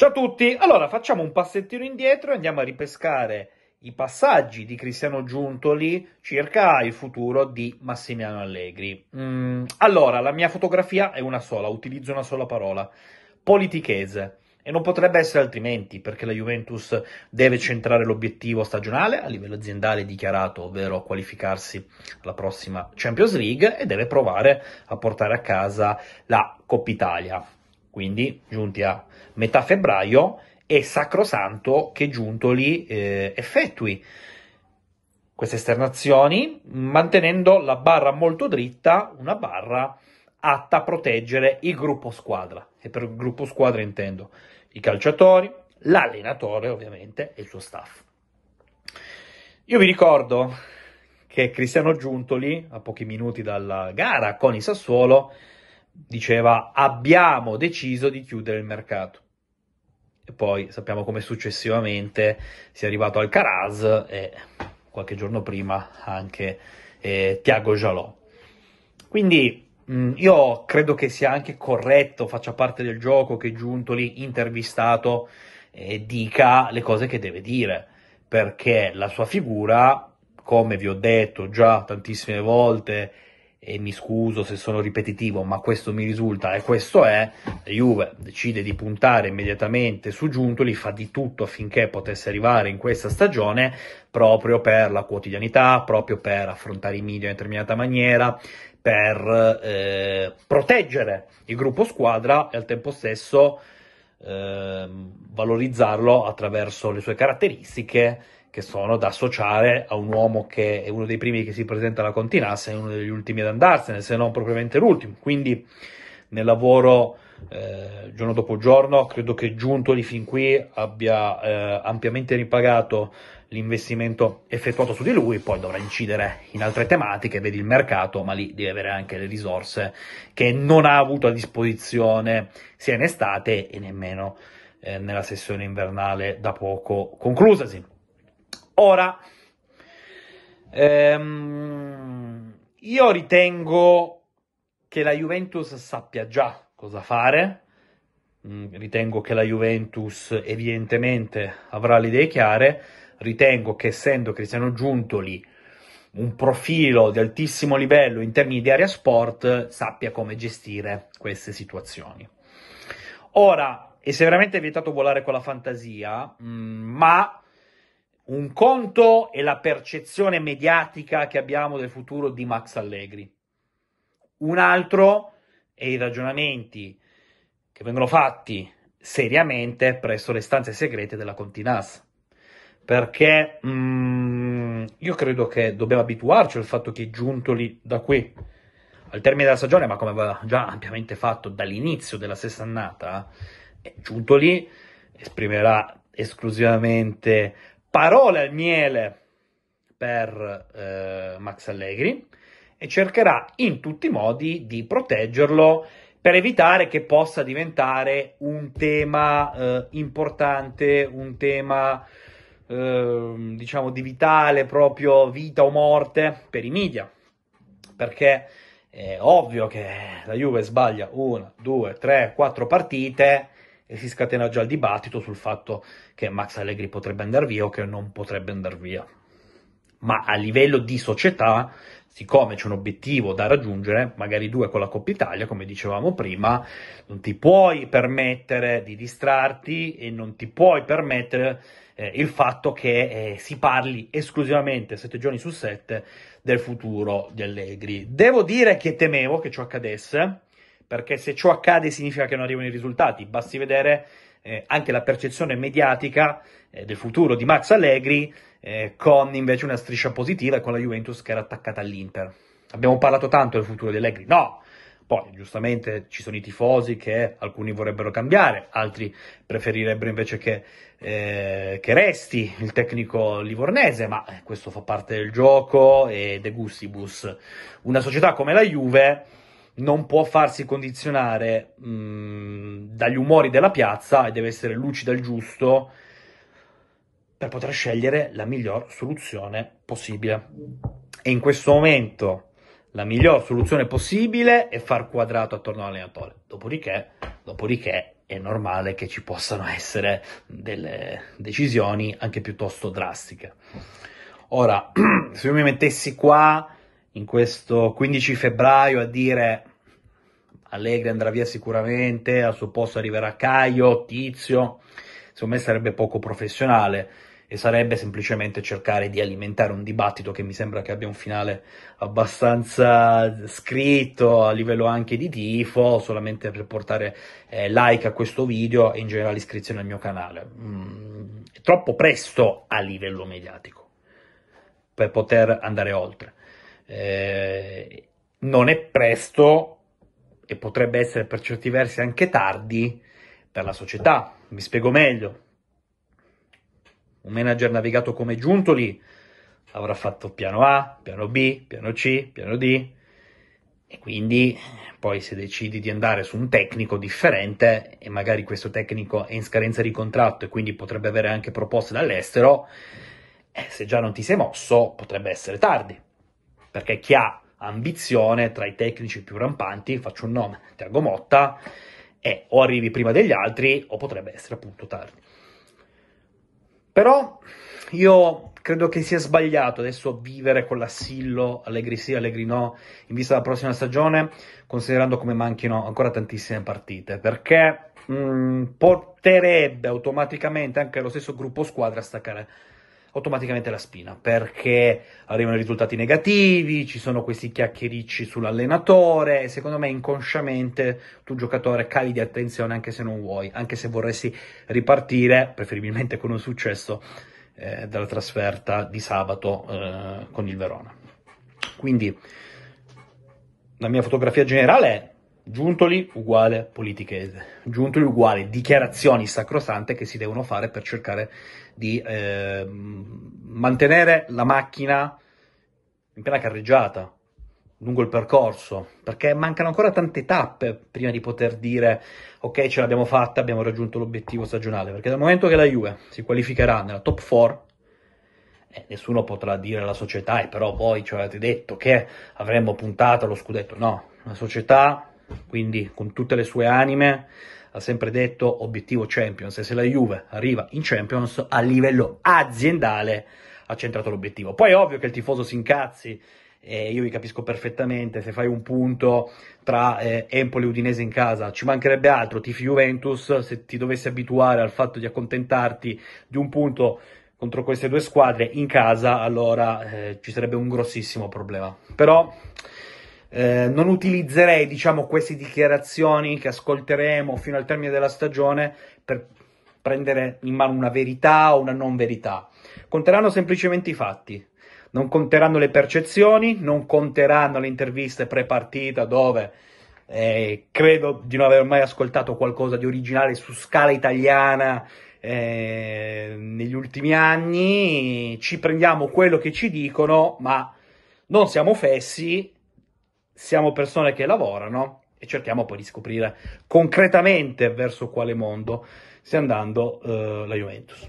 Ciao a tutti, allora facciamo un passettino indietro e andiamo a ripescare i passaggi di Cristiano Giuntoli circa il futuro di Massimiliano Allegri. Allora, la mia fotografia è una sola, utilizzo una sola parola, politichese. E non potrebbe essere altrimenti, perché la Juventus deve centrare l'obiettivo stagionale a livello aziendale dichiarato, ovvero qualificarsi alla prossima Champions League, e deve provare a portare a casa la Coppa Italia. Quindi, giunti a metà febbraio, è sacrosanto che Giuntoli effettui queste esternazioni, mantenendo la barra molto dritta, una barra atta a proteggere il gruppo squadra. E per il gruppo squadra intendo i calciatori, l'allenatore ovviamente e il suo staff. Io vi ricordo che Cristiano Giuntoli, a pochi minuti dalla gara con il Sassuolo, diceva: abbiamo deciso di chiudere il mercato. E poi sappiamo come successivamente sia arrivato Alcaraz e qualche giorno prima anche Thiago Jalò. Quindi io credo che sia anche corretto, faccia parte del gioco, che Giuntoli, intervistato, dica le cose che deve dire, perché la sua figura, come vi ho detto già tantissime volte, e mi scuso se sono ripetitivo, ma questo mi risulta e questo è, la Juve decide di puntare immediatamente su Giuntoli, fa di tutto affinché potesse arrivare in questa stagione, proprio per la quotidianità, proprio per affrontare i media in determinata maniera, per proteggere il gruppo squadra e al tempo stesso valorizzarlo attraverso le sue caratteristiche, che sono da associare a un uomo che è uno dei primi che si presenta alla Continassa e uno degli ultimi ad andarsene, se non propriamente l'ultimo. Quindi nel lavoro giorno dopo giorno credo che Giuntoli fin qui abbia ampiamente ripagato l'investimento effettuato su di lui. Poi dovrà incidere in altre tematiche, vedi il mercato, ma lì deve avere anche le risorse che non ha avuto a disposizione sia in estate e nemmeno nella sessione invernale da poco conclusasi. Ora, io ritengo che la Juventus sappia già cosa fare, ritengo che la Juventus evidentemente avrà le idee chiare, ritengo che, essendo Cristiano Giuntoli un profilo di altissimo livello in termini di area sport, sappia come gestire queste situazioni. Ora, è severamente vietato volare con la fantasia, ma un conto è la percezione mediatica che abbiamo del futuro di Max Allegri. Un altro è i ragionamenti che vengono fatti seriamente presso le stanze segrete della Continas. Perché io credo che dobbiamo abituarci al fatto che Giuntoli da qui al termine della stagione, ma come aveva già ampiamente fatto dall'inizio della stessa annata, Giuntoli esprimerà esclusivamente parole al miele per Max Allegri e cercherà in tutti i modi di proteggerlo per evitare che possa diventare un tema importante, un tema diciamo di vitale, proprio vita o morte per i media, perché è ovvio che la Juve sbaglia 1, 2, 3, 4 partite e si scatena già il dibattito sul fatto che Max Allegri potrebbe andare via o che non potrebbe andare via. Ma a livello di società, siccome c'è un obiettivo da raggiungere, magari 2 con la Coppa Italia, come dicevamo prima, non ti puoi permettere di distrarti e non ti puoi permettere il fatto che si parli esclusivamente 7 giorni su 7 del futuro di Allegri. Devo dire che temevo che ciò accadesse, perché se ciò accade significa che non arrivano i risultati. Basti vedere anche la percezione mediatica del futuro di Max Allegri, con invece una striscia positiva e con la Juventus che era attaccata all'Inter. Abbiamo parlato tanto del futuro di Allegri? No! Poi giustamente ci sono i tifosi che alcuni vorrebbero cambiare, altri preferirebbero invece che resti il tecnico livornese, ma questo fa parte del gioco e de gustibus. Una società come la Juve non può farsi condizionare dagli umori della piazza e deve essere lucida il giusto per poter scegliere la miglior soluzione possibile. E in questo momento la miglior soluzione possibile è far quadrato attorno all'allenatore. Dopodiché è normale che ci possano essere delle decisioni anche piuttosto drastiche. Ora, se io mi mettessi qua in questo 15 febbraio a dire Allegri andrà via sicuramente, al suo posto arriverà Caio, Tizio, secondo me sarebbe poco professionale e sarebbe semplicemente cercare di alimentare un dibattito che mi sembra che abbia un finale abbastanza scritto a livello anche di tifo, solamente per portare like a questo video e in generale iscrizione al mio canale. È troppo presto a livello mediatico per poter andare oltre. Non è presto e potrebbe essere per certi versi anche tardi per la società. Mi spiego meglio. Un manager navigato come Giuntoli avrà fatto piano A, piano B, piano C, piano D, e quindi poi se decidi di andare su un tecnico differente e magari questo tecnico è in scadenza di contratto e quindi potrebbe avere anche proposte dall'estero, se già non ti sei mosso potrebbe essere tardi, perché chi ha ambizione tra i tecnici più rampanti, faccio un nome, Thiago Motta, e o arrivi prima degli altri o potrebbe essere appunto tardi. Però io credo che sia sbagliato adesso vivere con l'assillo Allegri sì, Allegri no, in vista della prossima stagione, considerando come manchino ancora tantissime partite, perché porterebbe automaticamente anche lo stesso gruppo squadra a staccare automaticamente la spina, perché arrivano i risultati negativi, ci sono questi chiacchiericci sull'allenatore e secondo me inconsciamente tu giocatore cali di attenzione anche se non vuoi, anche se vorresti ripartire, preferibilmente con un successo, dalla trasferta di sabato con il Verona. Quindi la mia fotografia generale è Giuntoli uguale politichese, Giuntoli uguale dichiarazioni sacrosante che si devono fare per cercare di mantenere la macchina in piena carreggiata lungo il percorso, perché mancano ancora tante tappe prima di poter dire ok, ce l'abbiamo fatta, abbiamo raggiunto l'obiettivo stagionale, perché dal momento che la Juve si qualificherà nella top 4 nessuno potrà dire alla società però voi ci avete detto che avremmo puntato allo scudetto. No, la società, quindi con tutte le sue anime, ha sempre detto obiettivo Champions, e se la Juve arriva in Champions a livello aziendale ha centrato l'obiettivo. Poi è ovvio che il tifoso si incazzi, io vi capisco perfettamente, se fai un punto tra Empoli e Udinese in casa, ci mancherebbe altro, tifi Juventus, se ti dovessi abituare al fatto di accontentarti di un punto contro queste due squadre in casa, allora ci sarebbe un grossissimo problema. Però non utilizzerei, diciamo, queste dichiarazioni che ascolteremo fino al termine della stagione per prendere in mano una verità o una non verità. Conteranno semplicemente i fatti. Non conteranno le percezioni, non conteranno le interviste pre-partita dove credo di non aver mai ascoltato qualcosa di originale su scala italiana negli ultimi anni. Ci prendiamo quello che ci dicono, ma non siamo fessi, siamo persone che lavorano e cerchiamo poi di scoprire concretamente verso quale mondo stia andando la Juventus.